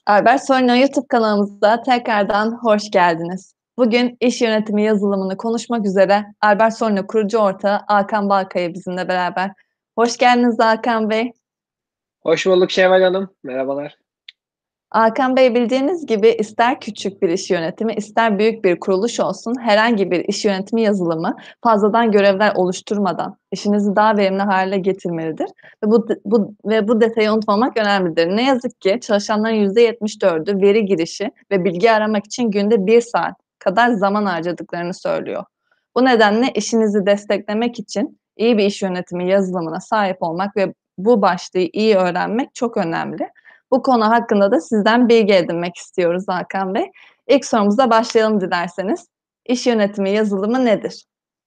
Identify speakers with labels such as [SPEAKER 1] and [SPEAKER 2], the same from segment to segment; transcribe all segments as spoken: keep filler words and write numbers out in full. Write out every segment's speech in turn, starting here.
[SPEAKER 1] Albert Sorino YouTube kanalımıza tekrardan hoş geldiniz. Bugün iş yönetimi yazılımını konuşmak üzere Albert Sorino kurucu ortağı Hakan Balkaya bizimle beraber. Hoş geldiniz Hakan Bey.
[SPEAKER 2] Hoş bulduk Şevval Hanım. Merhabalar.
[SPEAKER 1] Hakan Bey, bildiğiniz gibi ister küçük bir iş yönetimi, ister büyük bir kuruluş olsun, herhangi bir iş yönetimi yazılımı fazladan görevler oluşturmadan işinizi daha verimli hale getirmelidir ve bu bu ve bu detayı unutmamak önemlidir. Ne yazık ki çalışanların yüzde yetmiş dördü veri girişi ve bilgi aramak için günde bir saat kadar zaman harcadıklarını söylüyor. Bu nedenle işinizi desteklemek için iyi bir iş yönetimi yazılımına sahip olmak ve bu başlığı iyi öğrenmek çok önemli. Bu konu hakkında da sizden bilgi edinmek istiyoruz Hakan Bey. İlk sorumuza başlayalım dilerseniz. İş yönetimi yazılımı nedir?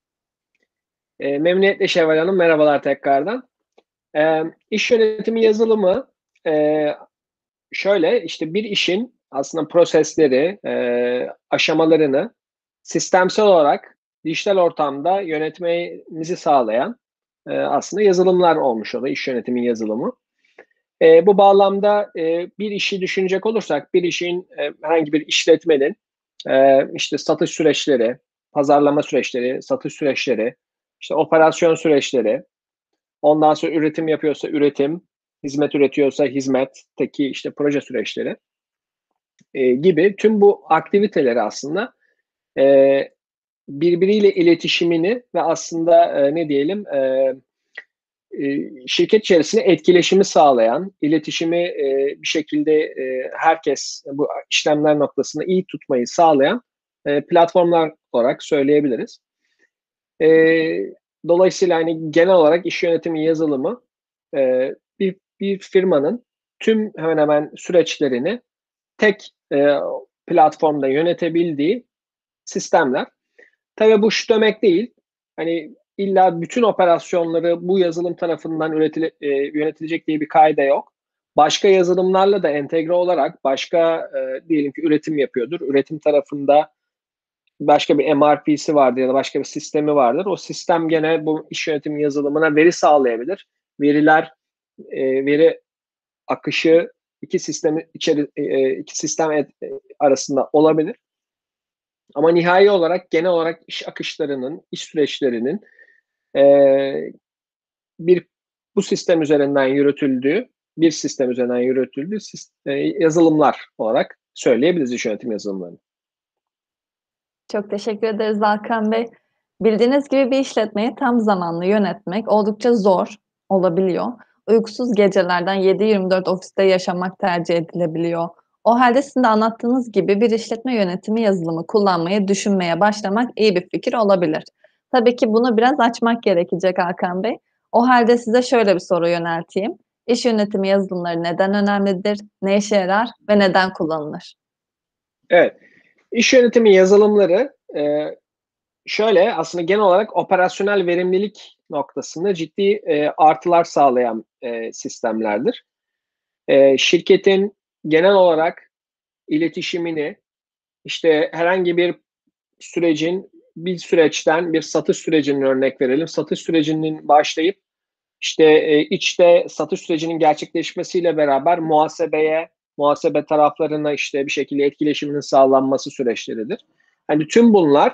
[SPEAKER 2] E, memnuniyetle Şevval Hanım. Merhabalar tekrardan. E, iş yönetimi yazılımı e, şöyle işte bir işin aslında prosesleri, e, aşamalarını sistemsel olarak dijital ortamda yönetmemizi sağlayan e, aslında yazılımlar olmuş oluyor iş yönetimi yazılımı. E, bu bağlamda e, bir işi düşünecek olursak bir işin e, herhangi bir işletmenin e, işte satış süreçleri, pazarlama süreçleri, satış süreçleri, işte operasyon süreçleri, ondan sonra üretim yapıyorsa üretim, hizmet üretiyorsa hizmetteki işte proje süreçleri e, gibi tüm bu aktiviteleri aslında e, birbiriyle iletişimini ve aslında e, ne diyelim e, e, şirket içerisinde etkileşimi sağlayan, iletişimi e, bir şekilde e, herkes bu işlemler noktasında iyi tutmayı sağlayan e, platformlar olarak söyleyebiliriz. E, dolayısıyla hani genel olarak iş yönetimi yazılımı e, bir, bir firmanın tüm hemen hemen süreçlerini tek e, platformda yönetebildiği sistemler. Tabii bu şu demek değil. Hani illa bütün operasyonları bu yazılım tarafından üretile, e, yönetilecek diye bir kaide yok. Başka yazılımlarla da entegre olarak başka e, diyelim ki üretim yapıyordur. Üretim tarafında başka bir M R P'si vardır ya da başka bir sistemi vardır. O sistem gene bu iş yönetimi yazılımına veri sağlayabilir. Veriler, e, veri akışı iki sistemi içeri e, iki sistem et, e, arasında olabilir. Ama nihai olarak genel olarak iş akışlarının, iş süreçlerinin e, bir bu sistem üzerinden yürütüldüğü, bir sistem üzerinden yürütüldüğü e, yazılımlar olarak söyleyebiliriz iş yönetim yazılımlarını.
[SPEAKER 1] Çok teşekkür ederiz Hakan Bey. Bildiğiniz gibi bir işletmeyi tam zamanlı yönetmek oldukça zor olabiliyor. Uykusuz gecelerden yedi yirmi dört ofiste yaşamak tercih edilebiliyor. O halde sizin de anlattığınız gibi bir işletme yönetimi yazılımı kullanmayı düşünmeye başlamak iyi bir fikir olabilir. Tabii ki bunu biraz açmak gerekecek Hakan Bey. O halde size şöyle bir soru yönelteyim. İş yönetimi yazılımları neden önemlidir, ne işe yarar ve neden kullanılır?
[SPEAKER 2] Evet, iş yönetimi yazılımları e, şöyle aslında genel olarak operasyonel verimlilik noktasında ciddi e, artılar sağlayan e, sistemlerdir. E, şirketin genel olarak iletişimini işte herhangi bir sürecin bir süreçten bir satış sürecinin örnek verelim. Satış sürecinin başlayıp işte e, içte satış sürecinin gerçekleşmesiyle beraber muhasebeye, muhasebe taraflarına işte bir şekilde etkileşiminin sağlanması süreçleridir. Hani tüm bunların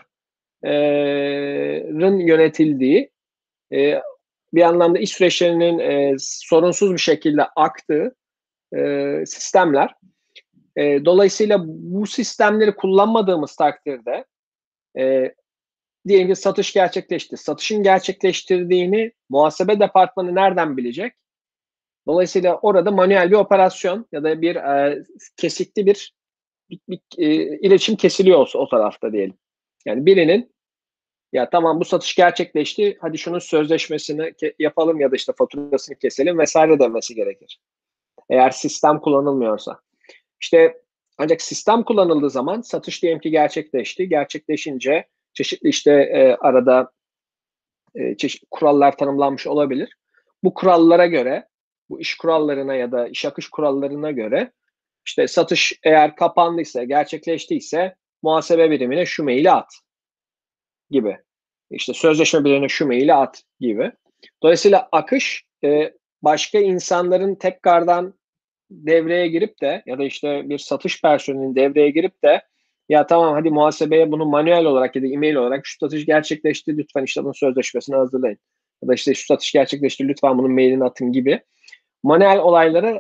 [SPEAKER 2] e, yönetildiği e, bir anlamda iş süreçlerinin e, sorunsuz bir şekilde aktığı e, sistemler. E, dolayısıyla bu sistemleri kullanmadığımız takdirde e, diyelim ki satış gerçekleşti. Satışın gerçekleştirdiğini muhasebe departmanı nereden bilecek? Dolayısıyla orada manuel bir operasyon ya da bir e, kesikli bir, bir, bir e, iletişim kesiliyor o, o tarafta diyelim. Yani birinin ya tamam bu satış gerçekleşti, hadi şunun sözleşmesini ke- yapalım ya da işte faturasını keselim vesaire demesi gerekir. Eğer sistem kullanılmıyorsa. İşte ancak sistem kullanıldığı zaman satış diyelim ki gerçekleşti. Gerçekleşince çeşitli işte e, arada e, çeşitli kurallar tanımlanmış olabilir. Bu kurallara göre, bu iş kurallarına ya da iş akış kurallarına göre işte satış eğer kapandıysa, gerçekleştiyse muhasebe birimine şu maili at gibi. İşte sözleşme birimine şu maili at gibi. Dolayısıyla akış e, başka insanların tekrardan devreye girip de ya da işte bir satış personelinin devreye girip de ya tamam hadi muhasebeye bunu manuel olarak ya da e-mail olarak şu satış gerçekleşti, lütfen işte bunun sözleşmesini hazırlayın. Ya da işte şu satış gerçekleşti, lütfen bunun mailini atın gibi manuel olaylardan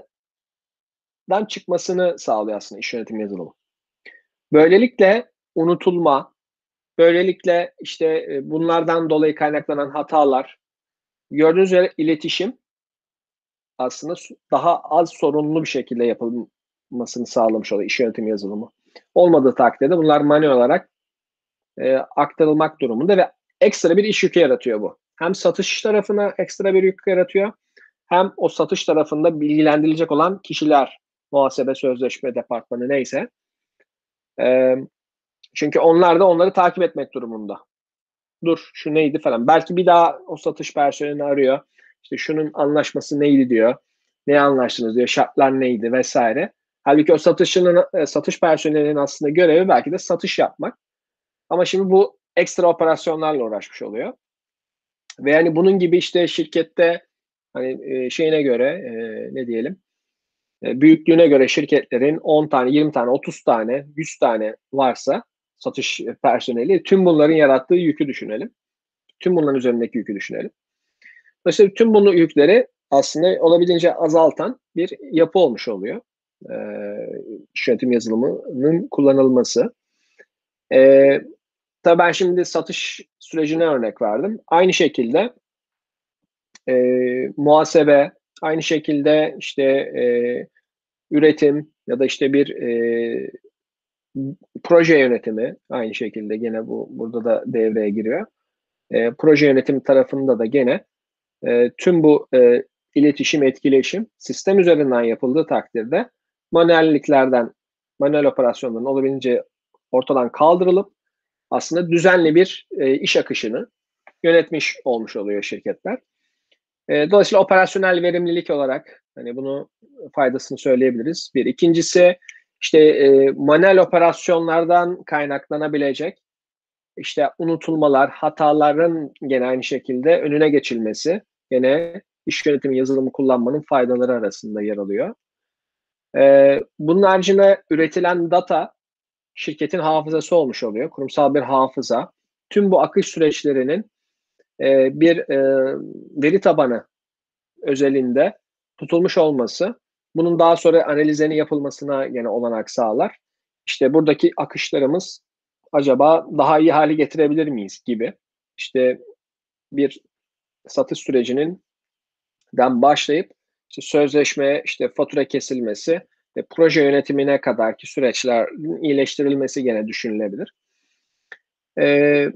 [SPEAKER 2] çıkmasını sağlıyor aslında iş yönetimi yazılımı. Böylelikle unutulma, böylelikle işte bunlardan dolayı kaynaklanan hatalar, gördüğünüz üzere iletişim aslında daha az sorunlu bir şekilde yapılmasını sağlamış oluyor iş yönetimi yazılımı. Olmadığı takdirde bunlar manuel olarak e, aktarılmak durumunda ve ekstra bir iş yükü yaratıyor bu. Hem satış tarafına ekstra bir yük yaratıyor, hem o satış tarafında bilgilendirilecek olan kişiler, muhasebe, sözleşme departmanı neyse. E, çünkü onlar da onları takip etmek durumunda. Dur şu neydi falan. Belki bir daha o satış personelini arıyor. İşte şunun anlaşması neydi diyor. Ne anlaştınız diyor. Şartlar neydi vesaire. Halbuki o satışının satış personelinin aslında görevi belki de satış yapmak. Ama şimdi bu ekstra operasyonlarla uğraşmış oluyor. Ve yani bunun gibi işte şirkette hani şeyine göre ne diyelim büyüklüğüne göre şirketlerin on tane, yirmi tane, otuz tane, yüz tane varsa satış personeli, tüm bunların yarattığı yükü düşünelim. Tüm bunların üzerindeki yükü düşünelim. Dolayısıyla tüm bunu yükleri aslında olabildiğince azaltan bir yapı olmuş oluyor. Ee, iş yönetim yazılımının kullanılması. Ee, tabii ben şimdi satış sürecine örnek verdim. Aynı şekilde e, muhasebe, aynı şekilde işte e, üretim ya da işte bir e, proje yönetimi aynı şekilde gene bu burada da devreye giriyor. E, proje yönetim tarafında da gene e, tüm bu e, iletişim, etkileşim sistem üzerinden yapıldığı takdirde manuelliklerden, manuel operasyonların olabildiğince ortadan kaldırılıp aslında düzenli bir e, iş akışını yönetmiş olmuş oluyor şirketler. E, dolayısıyla operasyonel verimlilik olarak hani bunu faydasını söyleyebiliriz. Bir. İkincisi işte e, manuel operasyonlardan kaynaklanabilecek işte unutulmalar, hataların gene aynı şekilde önüne geçilmesi gene iş yönetimi yazılımı kullanmanın faydaları arasında yer alıyor. Ee, bunun haricinde üretilen data şirketin hafızası olmuş oluyor. Kurumsal bir hafıza. Tüm bu akış süreçlerinin e, bir e, veri tabanı özelinde tutulmuş olması, bunun daha sonra analizlerinin yapılmasına yine olanak sağlar. İşte buradaki akışlarımız acaba daha iyi hale getirebilir miyiz gibi. İşte bir satış sürecinin den başlayıp işte sözleşme, işte fatura kesilmesi ve proje yönetimine kadarki süreçlerin iyileştirilmesi gene düşünülebilir. Ee,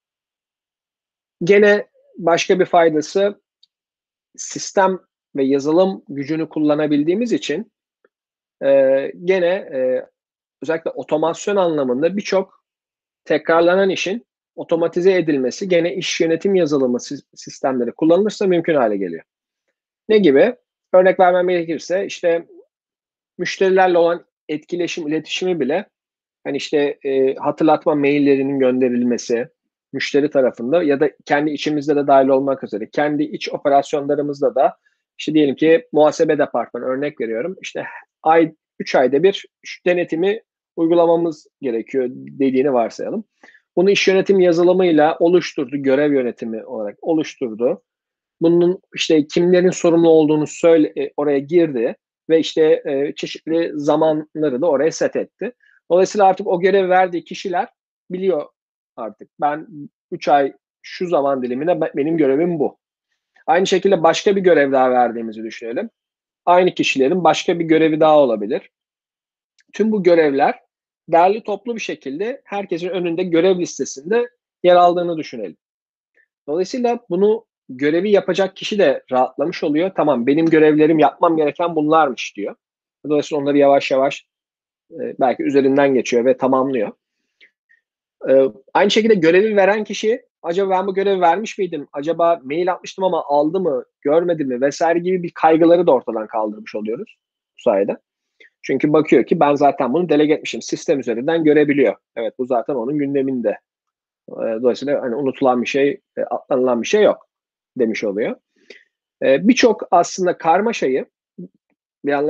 [SPEAKER 2] gene başka bir faydası sistem ve yazılım gücünü kullanabildiğimiz için e, gene e, özellikle otomasyon anlamında birçok tekrarlanan işin otomatize edilmesi gene iş yönetim yazılımı sistemleri kullanılırsa mümkün hale geliyor. Ne gibi? Örnek vermem gerekirse işte müşterilerle olan etkileşim, iletişimi bile hani işte e, hatırlatma maillerinin gönderilmesi müşteri tarafında ya da kendi içimizde de dahil olmak üzere kendi iç operasyonlarımızda da işte diyelim ki muhasebe departmanı örnek veriyorum. İşte ay üç ayda bir şu denetimi uygulamamız gerekiyor dediğini varsayalım. Bunu iş yönetim yazılımıyla oluşturdu, görev yönetimi olarak oluşturdu. Bunun işte kimlerin sorumlu olduğunu söyle e, oraya girdi ve işte e, çeşitli zamanları da oraya set etti. Dolayısıyla artık o görev verdiği kişiler biliyor artık. Ben üç ay şu zaman dilimine benim görevim bu. Aynı şekilde başka bir görev daha verdiğimizi düşünelim. Aynı kişilerin başka bir görevi daha olabilir. Tüm bu görevler derli toplu bir şekilde herkesin önünde görev listesinde yer aldığını düşünelim. Dolayısıyla bunu görevi yapacak kişi de rahatlamış oluyor. Tamam benim görevlerim yapmam gereken bunlarmış diyor. Dolayısıyla onları yavaş yavaş e, belki üzerinden geçiyor ve tamamlıyor. E, aynı şekilde görevi veren kişi acaba ben bu görevi vermiş miydim? Acaba mail atmıştım ama aldı mı, görmedi mi vesaire gibi bir kaygıları da ortadan kaldırmış oluyoruz bu sayede. Çünkü bakıyor ki ben zaten bunu delege etmişim. Sistem üzerinden görebiliyor. Evet bu zaten onun gündeminde. Dolayısıyla hani unutulan bir şey, atlanılan bir şey yok demiş oluyor. Birçok aslında karmaşayı bir anlamda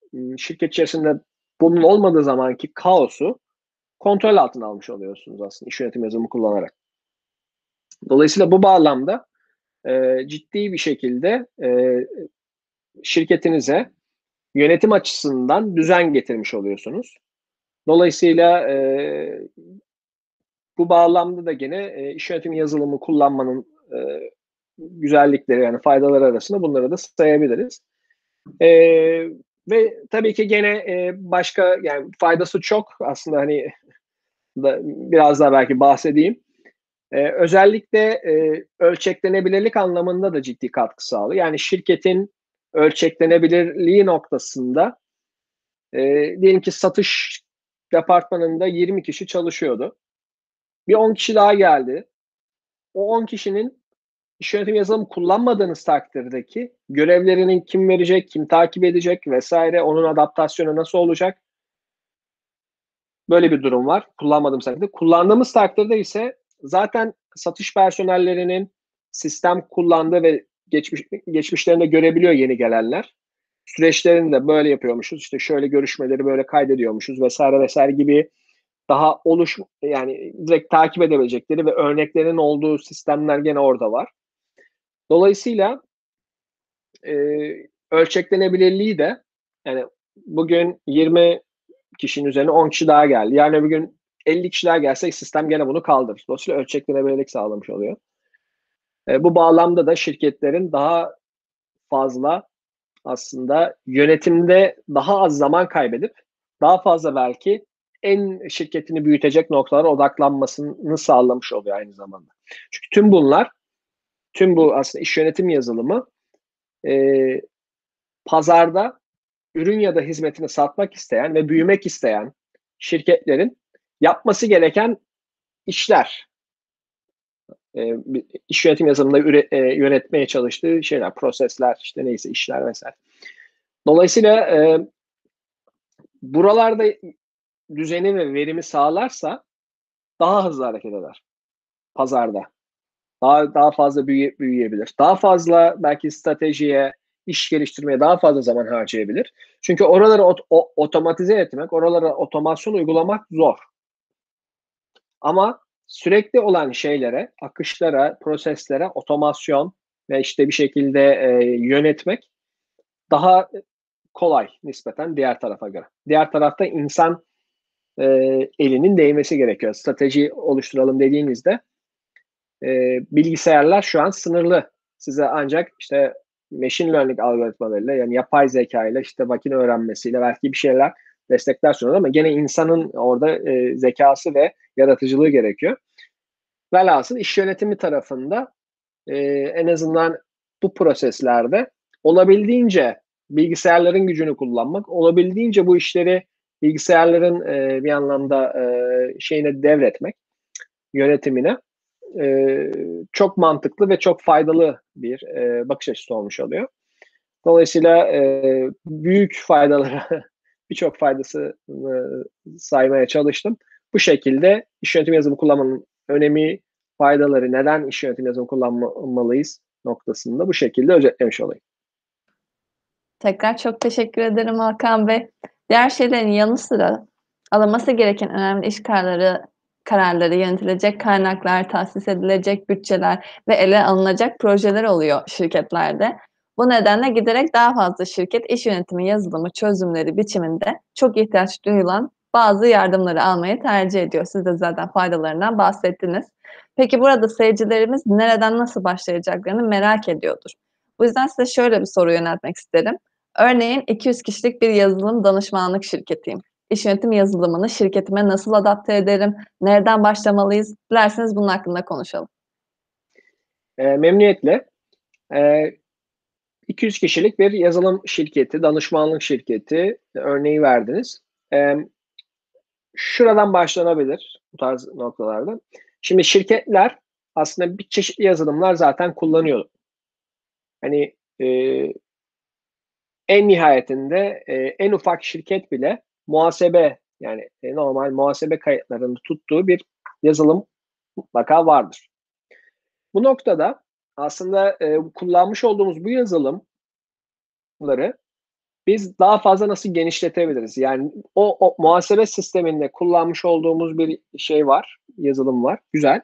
[SPEAKER 2] şirket içerisinde bunun olmadığı zamanki kaosu kontrol altına almış oluyorsunuz aslında iş yönetim yazılımı kullanarak. Dolayısıyla bu bağlamda e, ciddi bir şekilde e, şirketinize yönetim açısından düzen getirmiş oluyorsunuz. Dolayısıyla e, bu bağlamda da gene e, iş yönetimi yazılımı kullanmanın e, güzellikleri yani faydaları arasında bunları da sayabiliriz. E, ve tabii ki gene e, başka yani faydası çok aslında hani da biraz daha belki bahsedeyim. Ee, özellikle e, ölçeklenebilirlik anlamında da ciddi katkı sağlıyor. Yani şirketin ölçeklenebilirliği noktasında e, diyelim ki satış departmanında yirmi kişi çalışıyordu. Bir on kişi daha geldi. O on kişinin iş yönetimi yazılımı kullanmadığınız takdirdeki görevlerini kim verecek, kim takip edecek vesaire, onun adaptasyonu nasıl olacak? Böyle bir durum var. Kullanmadığımız takdirde. Kullandığımız takdirde ise zaten satış personellerinin sistem kullandığı ve geçmiş, geçmişlerinde görebiliyor yeni gelenler. Süreçlerini de böyle yapıyormuşuz. İşte şöyle görüşmeleri böyle kaydediyormuşuz vesaire vesaire gibi daha oluş yani direkt takip edebilecekleri ve örneklerin olduğu sistemler gene orada var. Dolayısıyla e, ölçeklenebilirliği de yani bugün yirmi kişinin üzerine on kişi daha geldi. Yani bir gün elli kişi daha gelse sistem gene bunu kaldırır. Dolayısıyla ölçeklenebilirlik sağlamış oluyor. E, bu bağlamda da şirketlerin daha fazla aslında yönetimde daha az zaman kaybedip daha fazla belki en şirketini büyütecek noktalara odaklanmasını sağlamış oluyor aynı zamanda. Çünkü tüm bunlar, tüm bu aslında iş yönetim yazılımı e, pazarda ürün ya da hizmetini satmak isteyen ve büyümek isteyen şirketlerin yapması gereken işler. E, iş yönetim yazılımında üre, e, yönetmeye çalıştığı şeyler, prosesler, işte neyse işler vesaire. Dolayısıyla e, buralarda düzeni ve verimi sağlarsa daha hızlı hareket eder pazarda. Daha daha fazla büyüye, büyüyebilir. Daha fazla belki stratejiye, iş geliştirmeye daha fazla zaman harcayabilir. Çünkü oraları ot, o, otomatize etmek, oralara otomasyon uygulamak zor. Ama sürekli olan şeylere, akışlara, proseslere otomasyon ve işte bir şekilde e, yönetmek daha kolay nispeten diğer tarafa göre. Diğer tarafta insan e, elinin değmesi gerekiyor. Strateji oluşturalım dediğinizde e, bilgisayarlar şu an sınırlı. Size ancak işte machine learning algoritmalarıyla yani yapay zeka ile işte makine öğrenmesiyle belki bir şeyler destekler sunuyor ama gene insanın orada e, zekası ve yaratıcılığı gerekiyor. Velhasıl iş yönetimi tarafında e, en azından bu proseslerde olabildiğince bilgisayarların gücünü kullanmak, olabildiğince bu işleri bilgisayarların e, bir anlamda e, şeyine devretmek, yönetimine e, çok mantıklı ve çok faydalı bir e, bakış açısı olmuş oluyor. Dolayısıyla e, büyük faydaları, birçok faydasını saymaya çalıştım. Bu şekilde iş yönetim yazılımı kullanmanın önemi, faydaları, neden iş yönetim yazılımı kullanmalıyız noktasında bu şekilde özetlemiş olayım.
[SPEAKER 1] Tekrar çok teşekkür ederim Hakan Bey. Diğer şeylerin yanı sıra alınması gereken önemli iş kararları, kararları, yönetilecek kaynaklar, tahsis edilecek bütçeler ve ele alınacak projeler oluyor şirketlerde. Bu nedenle giderek daha fazla şirket iş yönetimi yazılımı çözümleri biçiminde çok ihtiyaç duyulan bazı yardımları almayı tercih ediyor. Siz de zaten faydalarından bahsettiniz. Peki burada seyircilerimiz nereden nasıl başlayacaklarını merak ediyordur. Bu yüzden size şöyle bir soru yöneltmek isterim. Örneğin iki yüz kişilik bir yazılım danışmanlık şirketiyim. İş yönetim yazılımını şirketime nasıl adapte ederim? Nereden başlamalıyız? Dilerseniz bunun hakkında konuşalım.
[SPEAKER 2] E, memnuniyetle. E, iki yüz kişilik bir yazılım şirketi, danışmanlık şirketi örneği verdiniz. E, şuradan başlanabilir bu tarz noktalarda. Şimdi şirketler aslında bir çeşitli yazılımlar zaten kullanıyor. Hani e, en nihayetinde e, en ufak şirket bile muhasebe yani e, normal muhasebe kayıtlarını tuttuğu bir yazılım mutlaka vardır. Bu noktada aslında e, kullanmış olduğumuz bu yazılımları biz daha fazla nasıl genişletebiliriz? Yani o, o muhasebe sisteminde kullanmış olduğumuz bir şey var, yazılım var. Güzel.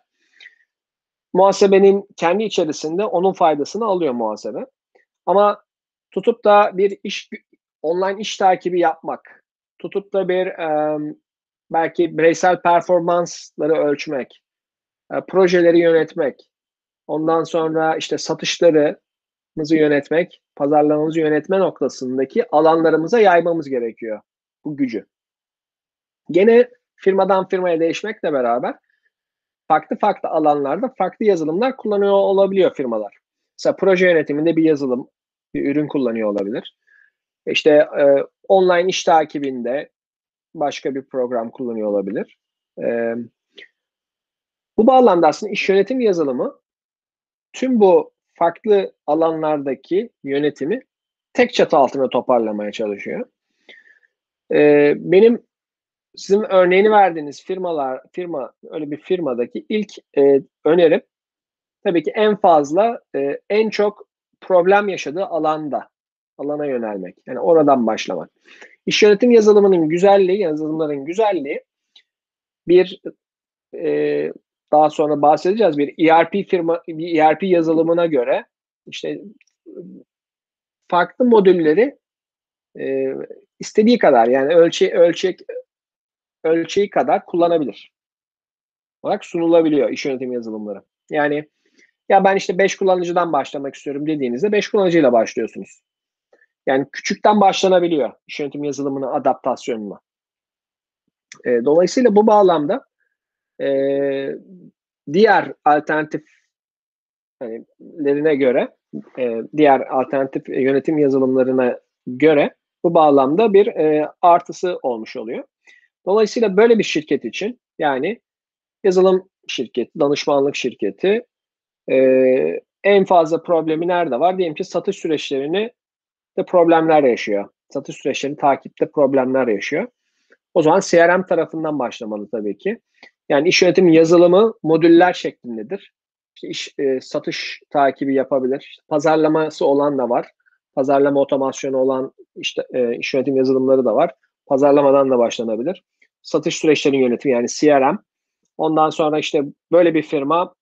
[SPEAKER 2] Muhasebenin kendi içerisinde onun faydasını alıyor muhasebe. Ama tutup da bir iş online iş takibi yapmak, tutup da bir e, belki bireysel performansları ölçmek, e, projeleri yönetmek, ondan sonra işte satışlarımızı yönetmek, pazarlamamızı yönetme noktasındaki alanlarımıza yaymamız gerekiyor bu gücü. Gene firmadan firmaya değişmekle beraber farklı farklı alanlarda farklı yazılımlar kullanıyor olabiliyor firmalar. Mesela proje yönetiminde bir yazılım, bir ürün kullanıyor olabilir. İşte e, online iş takibinde başka bir program kullanıyor olabilir. E, bu bağlamda aslında iş yönetim yazılımı tüm bu farklı alanlardaki yönetimi tek çatı altına toparlamaya çalışıyor. E, benim sizin örneğini verdiğiniz firmalar, firma öyle bir firmadaki ilk e, önerim tabii ki en fazla, e, en çok problem yaşadığı alanda, alana yönelmek. Yani oradan başlamak. İş yönetim yazılımının güzelliği, yazılımların güzelliği bir e, daha sonra bahsedeceğiz bir E R P firma, bir E R P yazılımına göre işte farklı modülleri e, istediği kadar yani ölçe, ölçek ölçeği kadar kullanabilir. Olarak sunulabiliyor iş yönetim yazılımları. Yani ya ben işte beş kullanıcıdan başlamak istiyorum dediğinizde beş kullanıcıyla başlıyorsunuz. Yani küçükten başlanabiliyor iş yönetim yazılımının adaptasyonuna. E, dolayısıyla bu bağlamda e, diğer alternatiflerine göre, e, diğer alternatif yönetim yazılımlarına göre bu bağlamda bir e, artısı olmuş oluyor. Dolayısıyla böyle bir şirket için yani yazılım şirketi, danışmanlık şirketi e, en fazla problemi nerede var? Diyelim ki satış süreçlerini de problemler yaşıyor. Satış süreçlerini takipte problemler yaşıyor. O zaman C R M tarafından başlamalı tabii ki. Yani iş yönetim yazılımı modüller şeklindedir. İşte iş, e, satış takibi yapabilir. İşte pazarlaması olan da var. Pazarlama otomasyonu olan işte e, iş yönetim yazılımları da var. Pazarlamadan da başlanabilir. Satış süreçlerinin yönetimi yani C R M. Ondan sonra işte böyle bir firma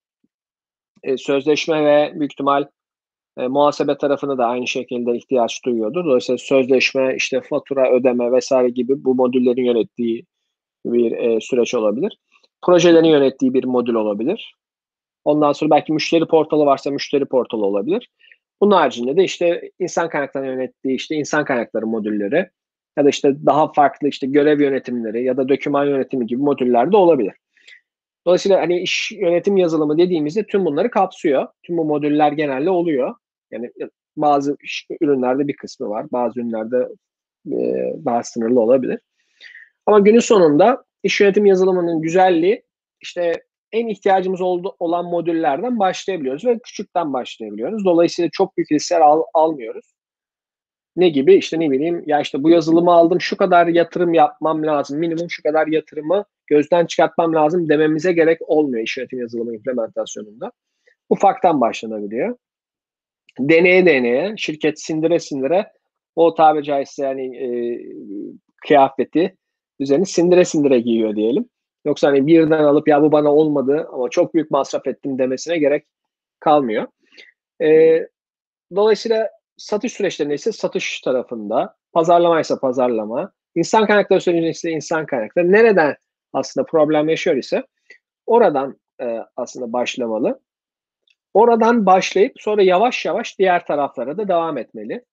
[SPEAKER 2] e, sözleşme ve büyük ihtimal e, muhasebe tarafını da aynı şekilde ihtiyaç duyuyordur. Dolayısıyla sözleşme, işte fatura ödeme vesaire gibi bu modüllerin yönettiği bir e, süreç olabilir. Projelerin yönettiği bir modül olabilir. Ondan sonra belki müşteri portalı varsa müşteri portalı olabilir. Bunun haricinde de işte insan kaynakları yönettiği işte insan kaynakları modülleri ya da işte daha farklı işte görev yönetimleri ya da doküman yönetimi gibi modüller de olabilir. Dolayısıyla hani iş yönetim yazılımı dediğimizde tüm bunları kapsıyor. Tüm bu modüller genelde oluyor. Yani bazı ürünlerde bir kısmı var. Bazı ürünlerde e, daha sınırlı olabilir. Ama günün sonunda iş yönetim yazılımının güzelliği işte en ihtiyacımız oldu, olan modüllerden başlayabiliyoruz ve küçükten başlayabiliyoruz. Dolayısıyla çok büyük riskler al, almıyoruz. Ne gibi? İşte ne bileyim ya işte bu yazılımı aldım şu kadar yatırım yapmam lazım. Minimum şu kadar yatırımı gözden çıkartmam lazım dememize gerek olmuyor iş yönetim yazılımı implementasyonunda. Ufaktan başlanabiliyor. Deneye deneye, şirket sindire sindire o tabiri caizse yani e, kıyafeti üzerini sindire sindire giyiyor diyelim. Yoksa hani birden alıp ya bu bana olmadı ama çok büyük masraf ettim demesine gerek kalmıyor. E, dolayısıyla satış süreçlerinde ise satış tarafında, pazarlama ise pazarlama, insan kaynakları sürecinde ise insan kaynakları. Nereden aslında problem yaşıyor ise oradan e, aslında başlamalı. Oradan başlayıp sonra yavaş yavaş diğer taraflara da devam etmeli.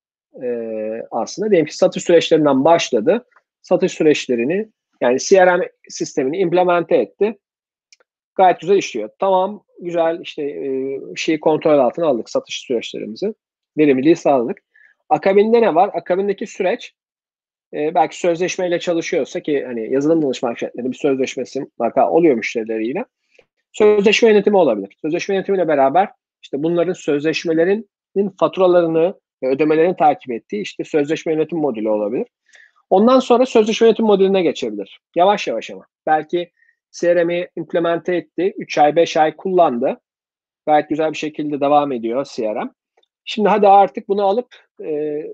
[SPEAKER 2] Ee, aslında diyelim ki satış süreçlerinden başladı. Satış süreçlerini yani C R M sistemini implemente etti. Gayet güzel işliyor. Tamam, güzel işte e, şeyi kontrol altına aldık satış süreçlerimizi. Verimliliği sağladık. Akabinde ne var? Akabindeki süreç e, belki sözleşmeyle çalışıyorsa ki hani yazılım danışmanlık şirketlerinin bir sözleşmesi mutlaka oluyor müşterileriyle. Sözleşme yönetimi olabilir. Sözleşme yönetimiyle beraber işte bunların sözleşmelerinin faturalarını ve ödemelerini takip ettiği işte sözleşme yönetim modülü olabilir. Ondan sonra sözleşme yönetim modülüne geçebilir. Yavaş yavaş ama. Belki C R M'i implemente etti. üç ay beş ay kullandı. Gayet güzel bir şekilde devam ediyor C R M. Şimdi hadi artık bunu alıp e,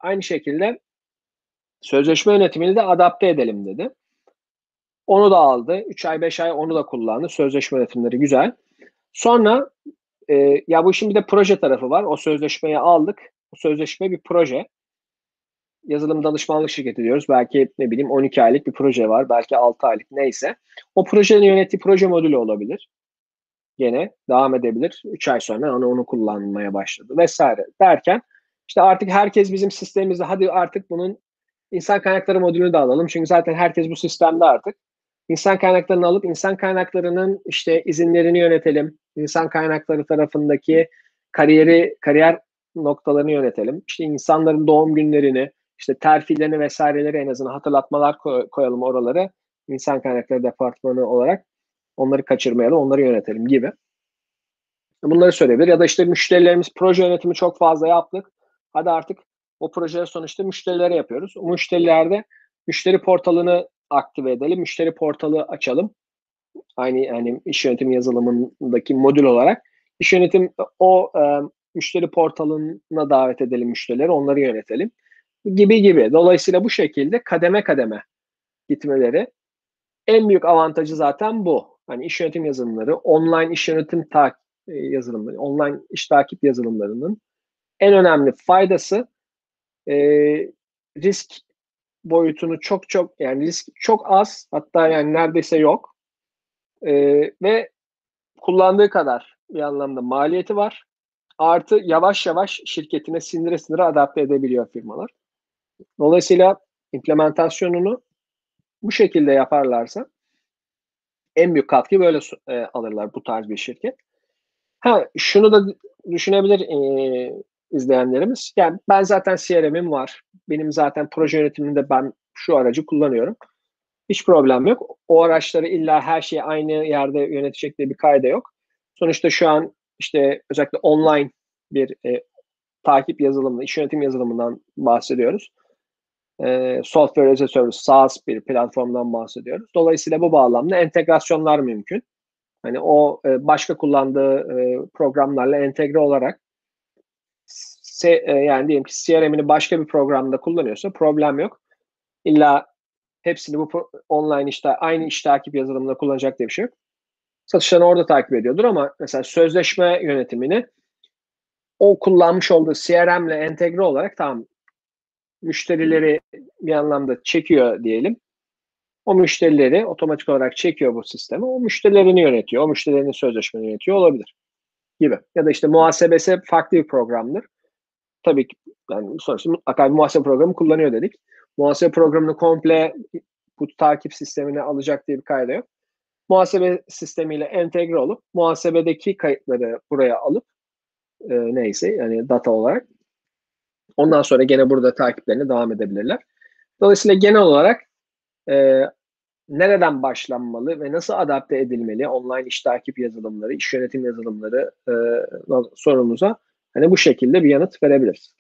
[SPEAKER 2] aynı şekilde sözleşme yönetimini de adapte edelim dedi. Onu da aldı. üç ay beş ay onu da kullandı. Sözleşme yönetimleri güzel. Sonra e, ya bu işin bir de proje tarafı var. O sözleşmeyi aldık. O sözleşme bir proje. Yazılım danışmanlık şirketi diyoruz. Belki ne bileyim on iki aylık bir proje var. Belki altı aylık neyse. O projenin yönettiği proje modülü olabilir. Gene devam edebilir. üç ay sonra onu, onu kullanmaya başladı vesaire derken işte artık herkes bizim sistemimizde hadi artık bunun insan kaynakları modülünü de alalım. Çünkü zaten herkes bu sistemde artık. İnsan kaynaklarını alıp insan kaynaklarının işte izinlerini yönetelim. İnsan kaynakları tarafındaki kariyeri, kariyer noktalarını yönetelim. İşte insanların doğum günlerini, işte terfilerini vesaireleri en azından hatırlatmalar koy, koyalım oraları. İnsan kaynakları departmanı olarak onları kaçırmayalım, onları yönetelim gibi. Bunları söyleyebilir. Ya da işte müşterilerimiz proje yönetimi çok fazla yaptık. Hadi artık o projeler sonuçta müşterilere yapıyoruz. O müşterilerde müşteri portalını aktive edelim. Müşteri portalı açalım. Aynı yani iş yönetimi yazılımındaki modül olarak. İş yönetim o e, müşteri portalına davet edelim müşterileri. Onları yönetelim. Gibi gibi. Dolayısıyla bu şekilde kademe kademe gitmeleri en büyük avantajı zaten bu. Hani iş yönetim yazılımları, online iş yönetim takip yazılımları, online iş takip yazılımlarının en önemli faydası e, risk boyutunu çok çok yani risk çok az, hatta yani neredeyse yok e, ve kullandığı kadar bir anlamda maliyeti var. Artı yavaş yavaş şirketine sindire sindire adapte edebiliyor firmalar. Dolayısıyla implementasyonunu bu şekilde yaparlarsa en büyük katkıyı böyle e, alırlar bu tarz bir şirket. Ha, şunu da düşünebilir e, izleyenlerimiz. Yani ben zaten C R M'im var. Benim zaten proje yönetiminde ben şu aracı kullanıyorum. Hiç problem yok. O araçları illa her şeyi aynı yerde yönetecek diye bir kaide yok. Sonuçta şu an işte özellikle online bir e, takip yazılımı, iş yönetim yazılımından bahsediyoruz. E, Software as a Service, SaaS bir platformdan bahsediyoruz. Dolayısıyla bu bağlamda entegrasyonlar mümkün. Hani o e, başka kullandığı e, programlarla entegre olarak se, e, yani diyelim ki C R M'ini başka bir programda kullanıyorsa problem yok. İlla hepsini bu pro, online işte aynı iş takip yazılımında kullanacak diye bir şey yok. Satışlarını orada takip ediyordur ama mesela sözleşme yönetimini o kullanmış olduğu C R M'le entegre olarak tamam müşterileri bir anlamda çekiyor diyelim. O müşterileri otomatik olarak çekiyor bu sisteme. O müşterilerini yönetiyor. O müşterilerinin sözleşmeni yönetiyor olabilir gibi. Ya da işte muhasebesi farklı bir programdır. Tabii ki yani sonuçta mutlaka bir muhasebe programı kullanıyor dedik. Muhasebe programını komple bu takip sistemine alacak diye bir kayda yok. Muhasebe sistemiyle entegre olup muhasebedeki kayıtları buraya alıp e, neyse yani data olarak ondan sonra gene burada takiplerine devam edebilirler. Dolayısıyla genel olarak e, nereden başlanmalı ve nasıl adapte edilmeli online iş takip yazılımları, iş yönetim yazılımları e, sorumuza hani bu şekilde bir yanıt verebiliriz.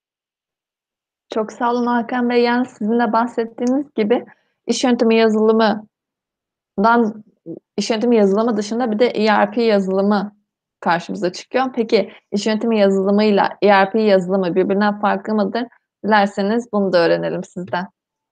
[SPEAKER 1] Çok sağ olun Hakan Bey. Yani sizin de bahsettiğiniz gibi iş yönetimi yazılımından iş yönetimi yazılımı dışında bir de E R P yazılımı karşımıza çıkıyor. Peki iş yönetimi yazılımıyla E R P yazılımı birbirinden farklı mıdır? Dilerseniz bunu da öğrenelim sizden.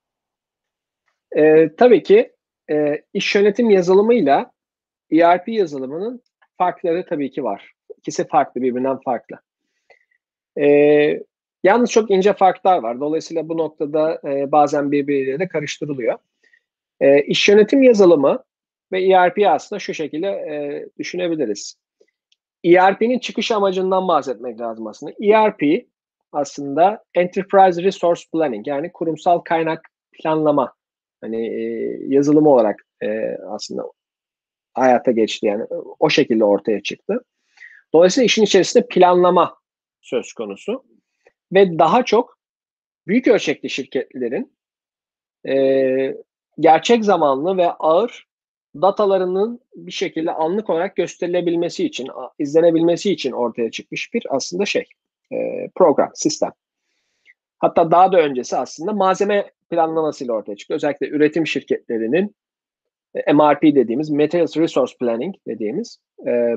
[SPEAKER 2] E, tabii ki e, iş yönetim yazılımıyla E R P yazılımının farkları tabii ki var. İkisi farklı, birbirinden farklı. E, yalnız çok ince farklar var. Dolayısıyla bu noktada e, bazen birbirleriyle de karıştırılıyor. E, iş yönetim yazılımı ve E R P aslında şu şekilde e, düşünebiliriz. E R P'nin çıkış amacından bahsetmek lazım aslında. E R P aslında Enterprise Resource Planning yani kurumsal kaynak planlama hani e, yazılımı olarak e, aslında hayata geçti yani o şekilde ortaya çıktı. Dolayısıyla işin içerisinde planlama söz konusu ve daha çok büyük ölçekli şirketlerin e, gerçek zamanlı ve ağır datalarının bir şekilde anlık olarak gösterilebilmesi için, izlenebilmesi için ortaya çıkmış bir aslında şey, e, program, sistem. Hatta daha da öncesi aslında malzeme planlamasıyla ortaya çıktı. Özellikle üretim şirketlerinin e, M R P dediğimiz, Materials Resource Planning dediğimiz e,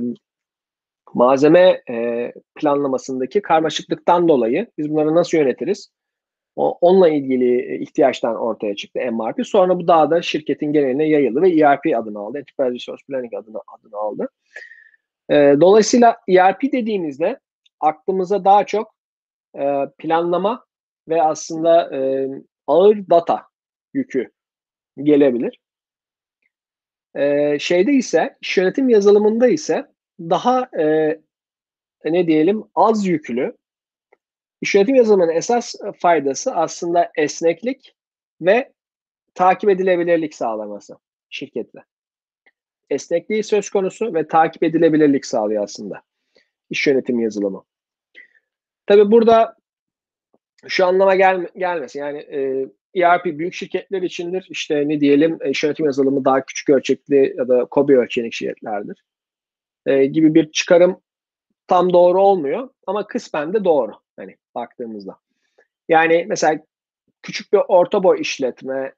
[SPEAKER 2] malzeme e, planlamasındaki karmaşıklıktan dolayı biz bunları nasıl yönetiriz? O, onunla ilgili ihtiyaçtan ortaya çıktı M R P. Sonra bu daha da şirketin geneline yayıldı ve E R P adını aldı. Enterprise Resource Planning adını, adını aldı. E, dolayısıyla E R P dediğimizde aklımıza daha çok e, planlama ve aslında e, ağır data yükü gelebilir. E, şeyde ise, iş yönetim yazılımında ise daha e, ne diyelim az yüklü. İş yönetim yazılımının esas faydası aslında esneklik ve takip edilebilirlik sağlaması şirketle. Esnekliği söz konusu ve takip edilebilirlik sağlıyor aslında iş yönetim yazılımı. Tabii burada şu anlama gel gelmesin. Yani e, E R P büyük şirketler içindir. İşte ne diyelim iş yönetim yazılımı daha küçük ölçekli ya da KOBİ ölçekli şirketlerdir. E, gibi bir çıkarım tam doğru olmuyor ama kısmen de doğru. Hani baktığımızda. Yani mesela küçük bir orta boy işletmeler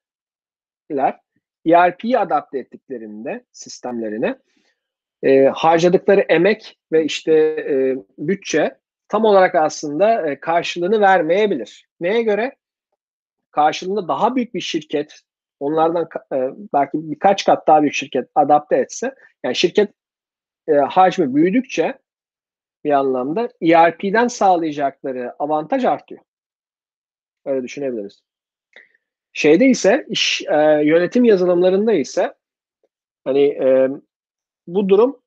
[SPEAKER 2] E R P'yi adapte ettiklerinde sistemlerine e, harcadıkları emek ve işte e, bütçe tam olarak aslında e, karşılığını vermeyebilir. Neye göre? Karşılığında daha büyük bir şirket, onlardan e, belki birkaç kat daha büyük şirket adapte etse, yani şirket e, hacmi büyüdükçe bir anlamda E R P'den sağlayacakları avantaj artıyor. Öyle düşünebiliriz. Şeyde ise iş e, yönetim yazılımlarında ise hani e, bu durum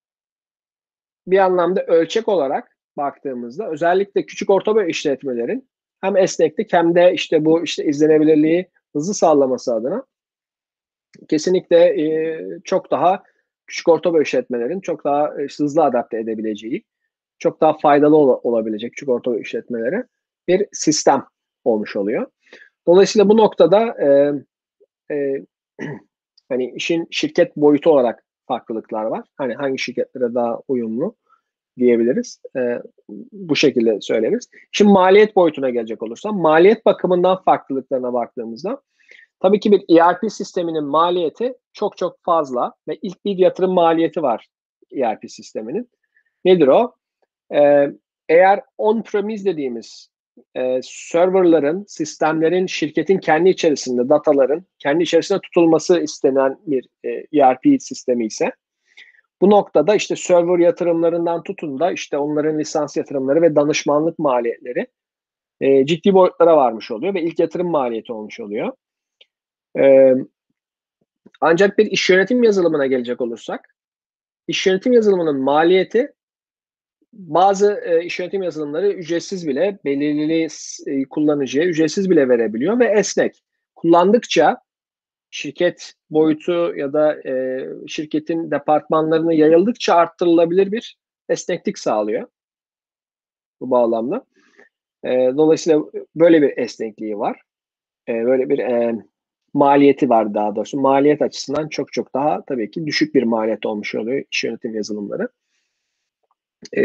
[SPEAKER 2] bir anlamda ölçek olarak baktığımızda özellikle küçük orta boy işletmelerin hem esneklik hem de işte bu işte izlenebilirliği hızlı sağlaması adına kesinlikle e, çok daha küçük orta boy işletmelerin çok daha e, hızlı adapte edebileceği, çok daha faydalı ol olabilecek küçük orta boy işletmelere bir sistem olmuş oluyor. Dolayısıyla bu noktada e, e, hani işin şirket boyutu olarak farklılıklar var. Hani hangi şirketlere daha uyumlu diyebiliriz. E, bu şekilde söyleriz. Şimdi maliyet boyutuna gelecek olursam, maliyet bakımından farklılıklarına baktığımızda tabii ki bir E R P sisteminin maliyeti çok çok fazla ve ilk bir yatırım maliyeti var E R P sisteminin. Nedir o? Ee, eğer on-premise dediğimiz e, serverların, sistemlerin şirketin kendi içerisinde, dataların kendi içerisinde tutulması istenen bir e, E R P sistemi ise bu noktada işte server yatırımlarından tutun da işte onların lisans yatırımları ve danışmanlık maliyetleri e, ciddi boyutlara varmış oluyor ve ilk yatırım maliyeti olmuş oluyor. E, ancak bir iş yönetim yazılımına gelecek olursak, iş yönetim yazılımının maliyeti bazı e, iş yönetim yazılımları ücretsiz bile, belirli e, kullanıcıya ücretsiz bile verebiliyor ve esnek. Kullandıkça şirket boyutu ya da e, şirketin departmanlarına yayıldıkça arttırılabilir bir esneklik sağlıyor bu bağlamda. E, dolayısıyla böyle bir esnekliği var. E, böyle bir e, maliyeti var daha doğrusu. Maliyet açısından çok çok daha tabii ki düşük bir maliyet olmuş oluyor iş yönetim yazılımları. E,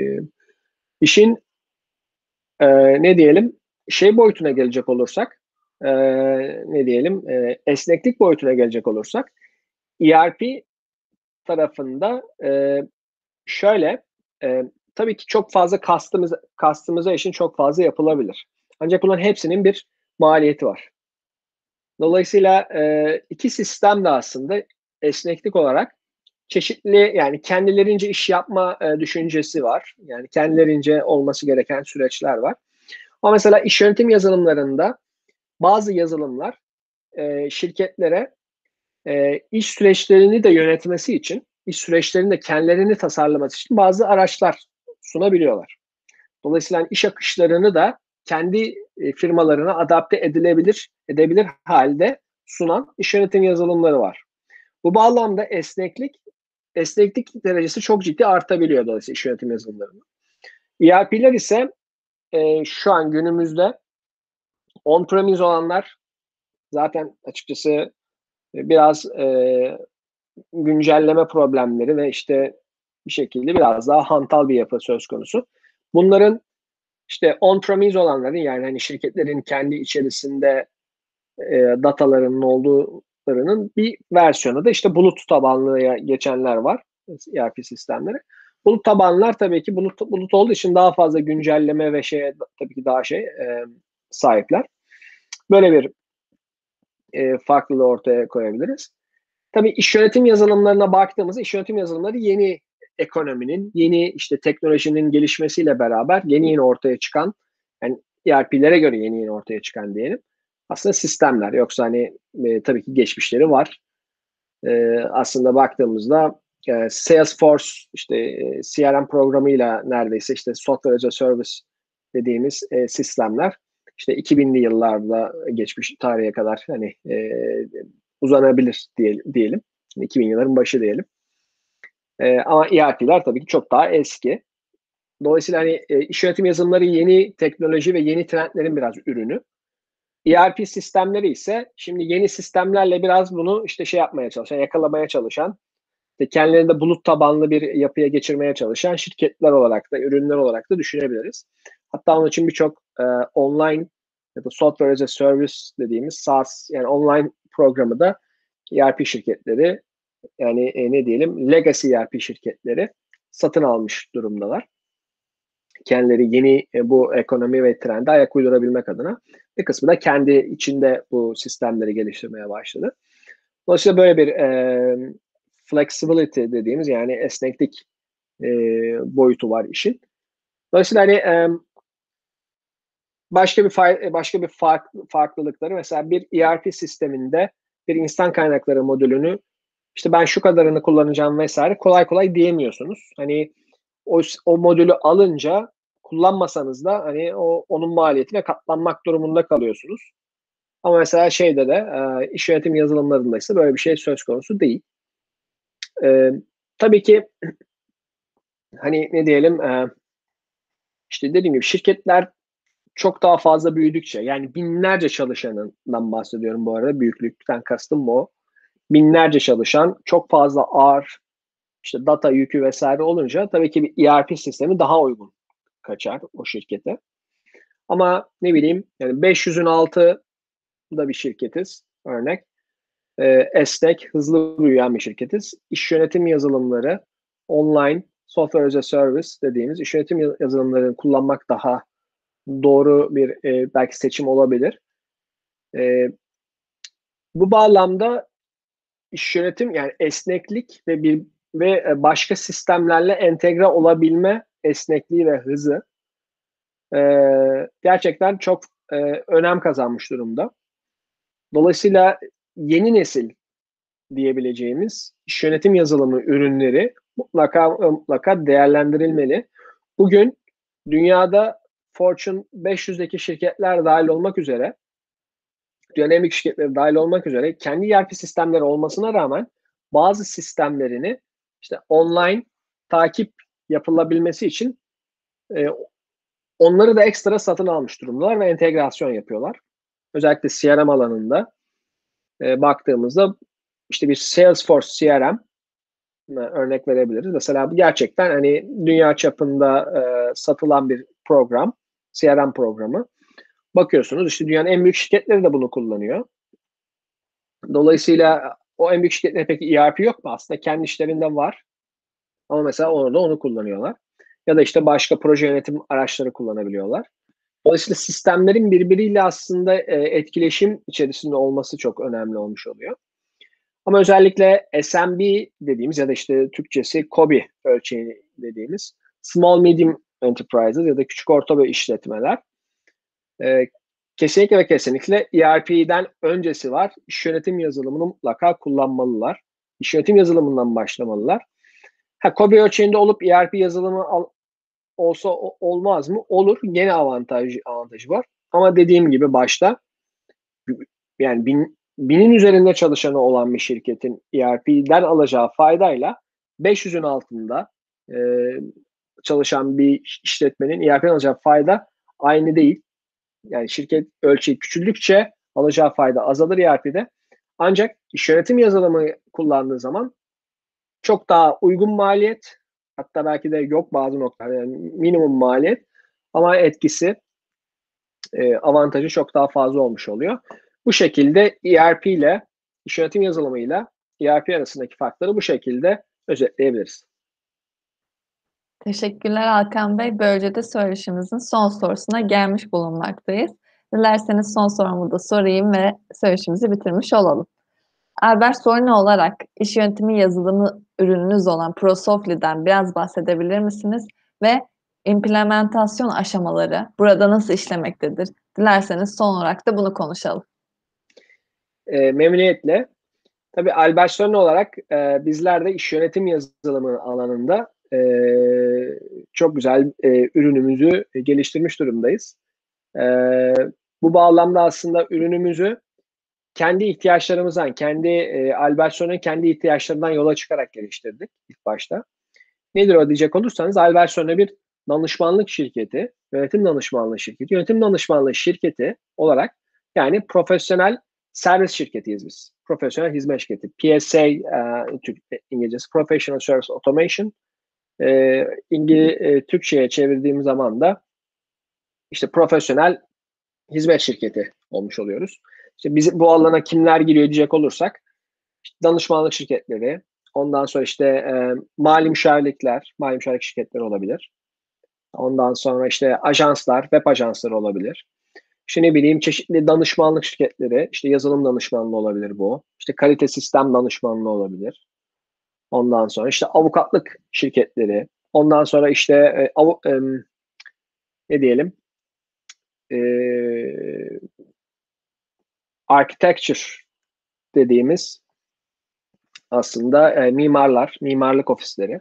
[SPEAKER 2] işin e, ne diyelim şey boyutuna gelecek olursak e, ne diyelim e, esneklik boyutuna gelecek olursak E R P tarafında e, şöyle e, tabii ki çok fazla customize, customization çok fazla yapılabilir. Ancak bunların hepsinin bir maliyeti var. Dolayısıyla e, iki sistem de aslında esneklik olarak çeşitli yani kendilerince iş yapma e, düşüncesi var. Yani kendilerince olması gereken süreçler var. Ama mesela iş yönetim yazılımlarında bazı yazılımlar e, şirketlere e, iş süreçlerini de yönetmesi için, iş süreçlerini de kendilerini tasarlaması için bazı araçlar sunabiliyorlar. Dolayısıyla iş akışlarını da kendi e, firmalarına adapte edilebilir, edebilir halde sunan iş yönetim yazılımları var. Bu bağlamda esneklik, esneklik derecesi çok ciddi artabiliyor dolayısıyla iş yönetim yazılımlarında. E R P'ler ise e, şu an günümüzde on-premise olanlar zaten açıkçası biraz e, güncelleme problemleri ve işte bir şekilde biraz daha hantal bir yapı söz konusu. Bunların işte on-premise olanların yani hani şirketlerin kendi içerisinde e, datalarının olduğularının bir versiyonu da işte bulut tabanlıya geçenler var. E R P sistemleri. Bulut tabanlar tabii ki bulut, bulut olduğu için daha fazla güncelleme ve şeye tabii ki daha şey e, sahipler. Böyle bir e, farklılığı ortaya koyabiliriz. Tabii iş yönetim yazılımlarına baktığımızda iş yönetim yazılımları yeni ekonominin, yeni işte teknolojinin gelişmesiyle beraber yeni yeni ortaya çıkan, yani E R P'lere göre yeni yeni ortaya çıkan diyelim. Aslında sistemler. Yoksa hani e, tabii ki geçmişleri var. E, aslında baktığımızda e, Salesforce işte e, C R M programıyla neredeyse işte Software as a Service dediğimiz e, sistemler işte iki binli yıllarda geçmiş tarihe kadar hani e, uzanabilir diye, diyelim. iki bin yılların başı diyelim. E, ama E R P'ler tabii ki çok daha eski. Dolayısıyla hani e, iş yönetim yazılımları yeni teknoloji ve yeni trendlerin biraz ürünü. E R P sistemleri ise şimdi yeni sistemlerle biraz bunu işte şey yapmaya çalışan, yakalamaya çalışan, işte kendilerini bulut tabanlı bir yapıya geçirmeye çalışan şirketler olarak da, ürünler olarak da düşünebiliriz. Hatta onun için birçok e, online ya da software as a service dediğimiz SaaS, yani online programı da E R P şirketleri, yani e, ne diyelim legacy E R P şirketleri satın almış durumdalar. Kendileri yeni e, bu ekonomi ve trende ayak uydurabilmek adına. Bir kısmı da kendi içinde bu sistemleri geliştirmeye başladı. Dolayısıyla böyle bir e, flexibility dediğimiz, yani esneklik e, boyutu var işin. Dolayısıyla hani e, başka bir başka bir fark, farklılıkları mesela bir E R P sisteminde bir insan kaynakları modülünü işte ben şu kadarını kullanacağım vesaire kolay kolay diyemiyorsunuz. Hani o, o modülü alınca kullanmasanız da hani o onun maliyetine katlanmak durumunda kalıyorsunuz. Ama mesela şeyde de e, iş yönetim yazılımlarında ise böyle bir şey söz konusu değil. E, tabii ki hani ne diyelim e, işte dediğim gibi şirketler çok daha fazla büyüdükçe, yani binlerce çalışanından bahsediyorum bu arada, büyüklükten kastım bu. Binlerce çalışan, çok fazla ağır işte data yükü vesaire olunca tabii ki bir E R P sistemi daha uygun kaçar o şirkete. Ama ne bileyim yani beş yüzün altı da bir şirketiz örnek. E, esnek, hızlı büyüyen bir şirketiz. İş yönetim yazılımları, online, software as a service dediğimiz iş yönetim yazılımlarını kullanmak daha doğru bir e, belki seçim olabilir. E, bu bağlamda iş yönetim, yani esneklik ve bir ve başka sistemlerle entegre olabilme esnekliği ve hızı e, gerçekten çok e, önem kazanmış durumda. Dolayısıyla yeni nesil diyebileceğimiz iş yönetim yazılımı ürünleri mutlaka mutlaka değerlendirilmeli. Bugün dünyada Fortune beş yüzdeki şirketler dahil olmak üzere, dünyanın en büyük şirketleri dahil olmak üzere kendi E R P sistemleri olmasına rağmen bazı sistemlerini işte online takip yapılabilmesi için e, onları da ekstra satın almış durumdalar ve entegrasyon yapıyorlar. Özellikle C R M alanında e, baktığımızda işte bir Salesforce C R M örnek verebiliriz. Mesela gerçekten hani dünya çapında e, satılan bir program, C R M programı. Bakıyorsunuz işte dünyanın en büyük şirketleri de bunu kullanıyor. Dolayısıyla o en büyük şirketlerin peki E R P yok mu? Aslında kendi işlerinde var. Ama mesela onu da onu kullanıyorlar. Ya da işte başka proje yönetim araçları kullanabiliyorlar. Dolayısıyla sistemlerin birbiriyle aslında e, etkileşim içerisinde olması çok önemli olmuş oluyor. Ama özellikle S M B dediğimiz ya da işte Türkçesi C O B I ölçeği dediğimiz Small Medium Enterprises ya da küçük orta ve işletmeler e, kesinlikle ve kesinlikle E R P'den öncesi var. İş yönetim yazılımını mutlaka kullanmalılar. İş yönetim yazılımından başlamalılar. Ha, C O B I ölçeğinde olup E R P yazılımı al, olsa o, olmaz mı? Olur. Gene avantajı, avantajı var. Ama dediğim gibi başta yani bin, binin üzerinde çalışanı olan bir şirketin E R P'den alacağı faydayla beş yüzün altında e, çalışan bir işletmenin E R P'den alacağı fayda aynı değil. Yani şirket ölçeği küçüldükçe alacağı fayda azalır E R P'de. Ancak iş yönetim yazılımı kullandığı zaman çok daha uygun maliyet, hatta belki de yok bazı noktalarda, yani minimum maliyet ama etkisi, e, avantajı çok daha fazla olmuş oluyor. Bu şekilde E R P ile iş yönetim yazılımıyla E R P arasındaki farkları bu şekilde özetleyebiliriz.
[SPEAKER 1] Teşekkürler Hakan Bey. Böylece de söyleşimizin son sorusuna gelmiş bulunmaktayız. Dilerseniz son sorumu da sorayım ve söyleşimizi bitirmiş olalım. Albert Sorny olarak iş yönetimi yazılımı ürününüz olan ProSoftly'den biraz bahsedebilir misiniz? Ve implementasyon aşamaları burada nasıl işlemektedir? Dilerseniz son olarak da bunu konuşalım.
[SPEAKER 2] E, memnuniyetle. Tabii Albert Sorny olarak e, bizler de iş yönetim yazılımı alanında e, çok güzel e, ürünümüzü geliştirmiş durumdayız. E, bu bağlamda aslında ürünümüzü kendi ihtiyaçlarımızdan, kendi e, Albert Sorny'nin kendi ihtiyaçlarından yola çıkarak geliştirdik ilk başta. Nedir o diyecek olursanız, Albert Sorny bir danışmanlık şirketi, yönetim danışmanlığı şirketi, yönetim danışmanlığı şirketi olarak, yani profesyonel servis şirketiyiz biz. Profesyonel hizmet şirketi. P S A uh, Türk, İngilizcesi Professional Service Automation. E, İngiliz, e, Türkçe'ye çevirdiğim zaman da işte profesyonel hizmet şirketi olmuş oluyoruz. İşte biz bu alana kimler giriyor diyecek olursak, işte danışmanlık şirketleri, ondan sonra işte e, mali müşavirlikler, mali müşavirlik şirketleri olabilir. Ondan sonra işte ajanslar, web ajansları olabilir. İşte ne bileyim çeşitli danışmanlık şirketleri, işte yazılım danışmanlığı olabilir bu. İşte kalite sistem danışmanlığı olabilir. Ondan sonra işte avukatlık şirketleri. Ondan sonra işte e, av, e, ne diyelim e, architecture dediğimiz aslında e, mimarlar, mimarlık ofisleri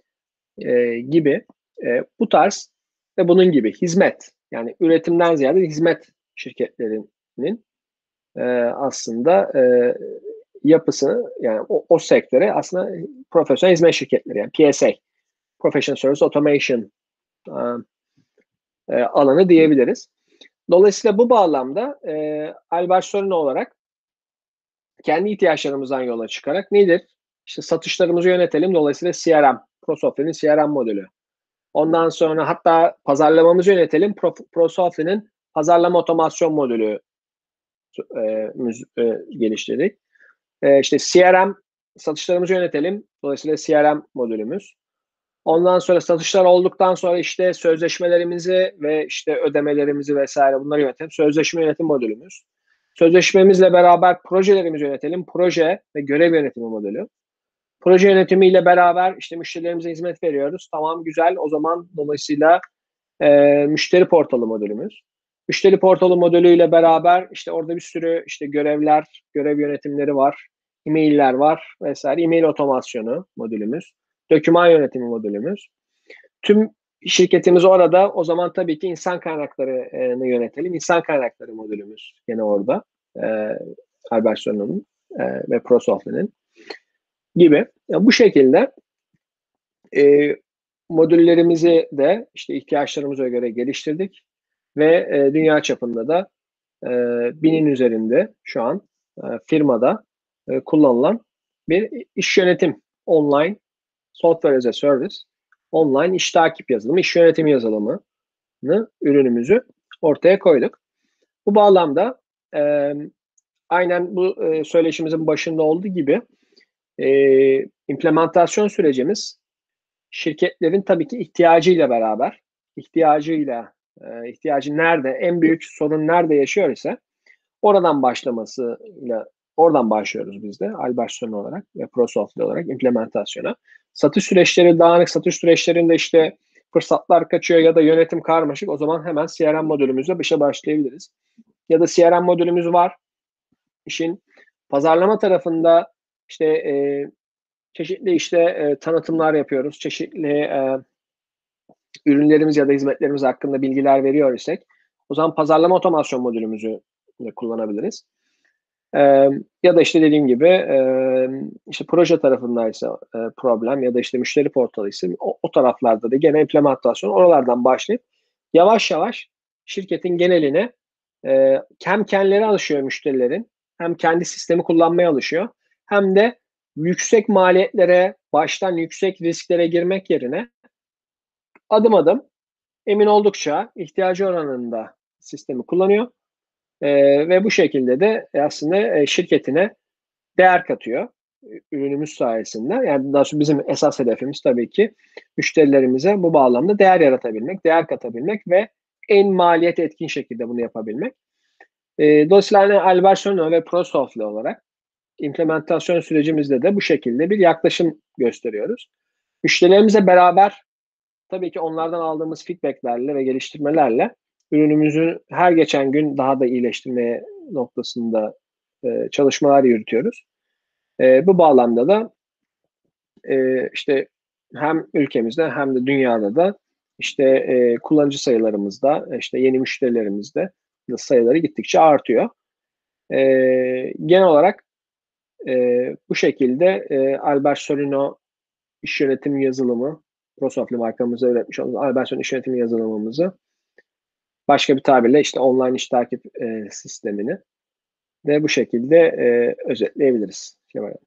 [SPEAKER 2] e, gibi e, bu tarz ve bunun gibi hizmet, yani üretimden ziyade hizmet şirketlerinin e, aslında e, yapısını, yani o, o sektöre aslında profesyonel hizmet şirketleri, yani P S A, Professional Service Automation e, e, alanı diyebiliriz. Dolayısıyla bu bağlamda e, Albert Sorny olarak kendi ihtiyaçlarımızdan yola çıkarak nedir? İşte satışlarımızı yönetelim. Dolayısıyla C R M, ProSoftware'nin C R M modülü. Ondan sonra hatta pazarlamamızı yönetelim. Pro, ProSoftware'nin pazarlama otomasyon modülü e, müz, e, geliştirdik. E, işte C R M, satışlarımızı yönetelim. Dolayısıyla C R M modülümüz. Ondan sonra satışlar olduktan sonra işte sözleşmelerimizi ve işte ödemelerimizi vesaire bunları yönetelim. Sözleşme yönetim modülümüz. Sözleşmemizle beraber projelerimizi yönetelim. Proje ve görev yönetimi modülü. Proje yönetimiyle beraber işte müşterilerimize hizmet veriyoruz. Tamam, güzel. O zaman dolayısıyla e, müşteri portalı modülümüz. Müşteri portalı modülüyle beraber işte orada bir sürü işte görevler, görev yönetimleri var. E-mailler var vesaire. E-mail otomasyonu modülümüz. Doküman yönetimi modülümüz. Tüm şirketimiz orada. O zaman tabii ki insan kaynaklarını yönetelim. İnsan kaynakları modülümüz yine orada. E, Albert Sorny'nin e, ve ProSoftware'nin gibi. Yani bu şekilde e, modüllerimizi de işte ihtiyaçlarımıza göre geliştirdik ve e, dünya çapında da e, binin üzerinde şu an e, firmada e, kullanılan bir iş yönetim online software as a service, online iş takip yazılımı, iş yönetim yazılımını, ürünümüzü ortaya koyduk. Bu bağlamda e, aynen bu e, söyleşimizin başında olduğu gibi e, implementasyon sürecimiz şirketlerin tabii ki ihtiyacıyla beraber, ihtiyacıyla, e, ihtiyacı nerede, en büyük sorun nerede yaşıyor ise oradan başlamasıyla, oradan başlıyoruz biz de Albert Sorny olarak ve ProSoftware olarak implementasyona. Satış süreçleri dağınık, satış süreçlerinde işte fırsatlar kaçıyor ya da yönetim karmaşık, o zaman hemen C R M modülümüzle işe başlayabiliriz. Ya da C R M modülümüz var. İşin pazarlama tarafında işte e, çeşitli işte e, tanıtımlar yapıyoruz. Çeşitli e, ürünlerimiz ya da hizmetlerimiz hakkında bilgiler veriyor isek o zaman pazarlama otomasyon modülümüzü kullanabiliriz. E, ya da işte dediğim gibi e, işte proje tarafındaysa e, problem ya da işte müşteri portalı ise o, o taraflarda da gene implementasyon oralardan başlayıp yavaş yavaş şirketin geneline e, hem kendileri alışıyor müşterilerin, hem kendi sistemi kullanmaya alışıyor, hem de yüksek maliyetlere, baştan yüksek risklere girmek yerine adım adım, emin oldukça ihtiyacı oranında sistemi kullanıyor. E, ve bu şekilde de aslında şirketine değer katıyor ürünümüz sayesinde. Yani daha sonra bizim esas hedefimiz tabii ki müşterilerimize bu bağlamda değer yaratabilmek, değer katabilmek ve en maliyet etkin şekilde bunu yapabilmek. Eee, dolayısıyla hani Albert Sonino ve ProSoftware olarak implementasyon sürecimizde de bu şekilde bir yaklaşım gösteriyoruz. Müşterilerimizle beraber tabii ki onlardan aldığımız feedback'lerle ve geliştirmelerle ürünümüzü her geçen gün daha da iyileştirmeye noktasında, eee, çalışmalar yürütüyoruz. Eee, bu bağlamda da, eee, işte hem ülkemizde hem de dünyada da işte, eee, kullanıcı sayılarımızda, işte yeni müşterilerimizde sayıları gittikçe artıyor. Eee, genel olarak, eee, bu şekilde, eee, Albert Sonino iş yönetimi yazılımı, ProSoftware markamıza üretmiş olduğumuz Albert Sonino iş yönetimi yazılımımızı başka bir tabirle işte online iş takip, eee, sistemini de bu şekilde, eee, özetleyebiliriz Şevval Hanım.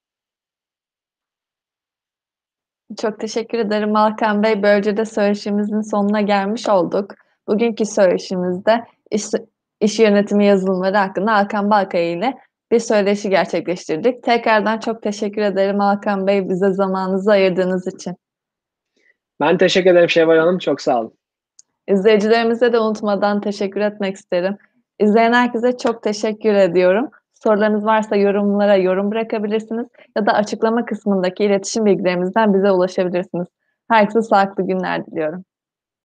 [SPEAKER 1] Çok teşekkür ederim Hakan Bey. Böylece de söyleşimizin sonuna gelmiş olduk. Bugünkü söyleşimizde iş iş yönetimi yazılımları hakkında Hakan Balkaya ile bir söyleşi gerçekleştirdik. Tekrardan çok teşekkür ederim Hakan Bey, bize zamanınızı ayırdığınız için.
[SPEAKER 2] Ben teşekkür ederim Şevval Hanım, çok sağ olun.
[SPEAKER 1] İzleyicilerimize de unutmadan teşekkür etmek isterim. İzleyen herkese çok teşekkür ediyorum. Sorularınız varsa yorumlara yorum bırakabilirsiniz ya da açıklama kısmındaki iletişim bilgilerimizden bize ulaşabilirsiniz. Herkese sağlıklı günler diliyorum.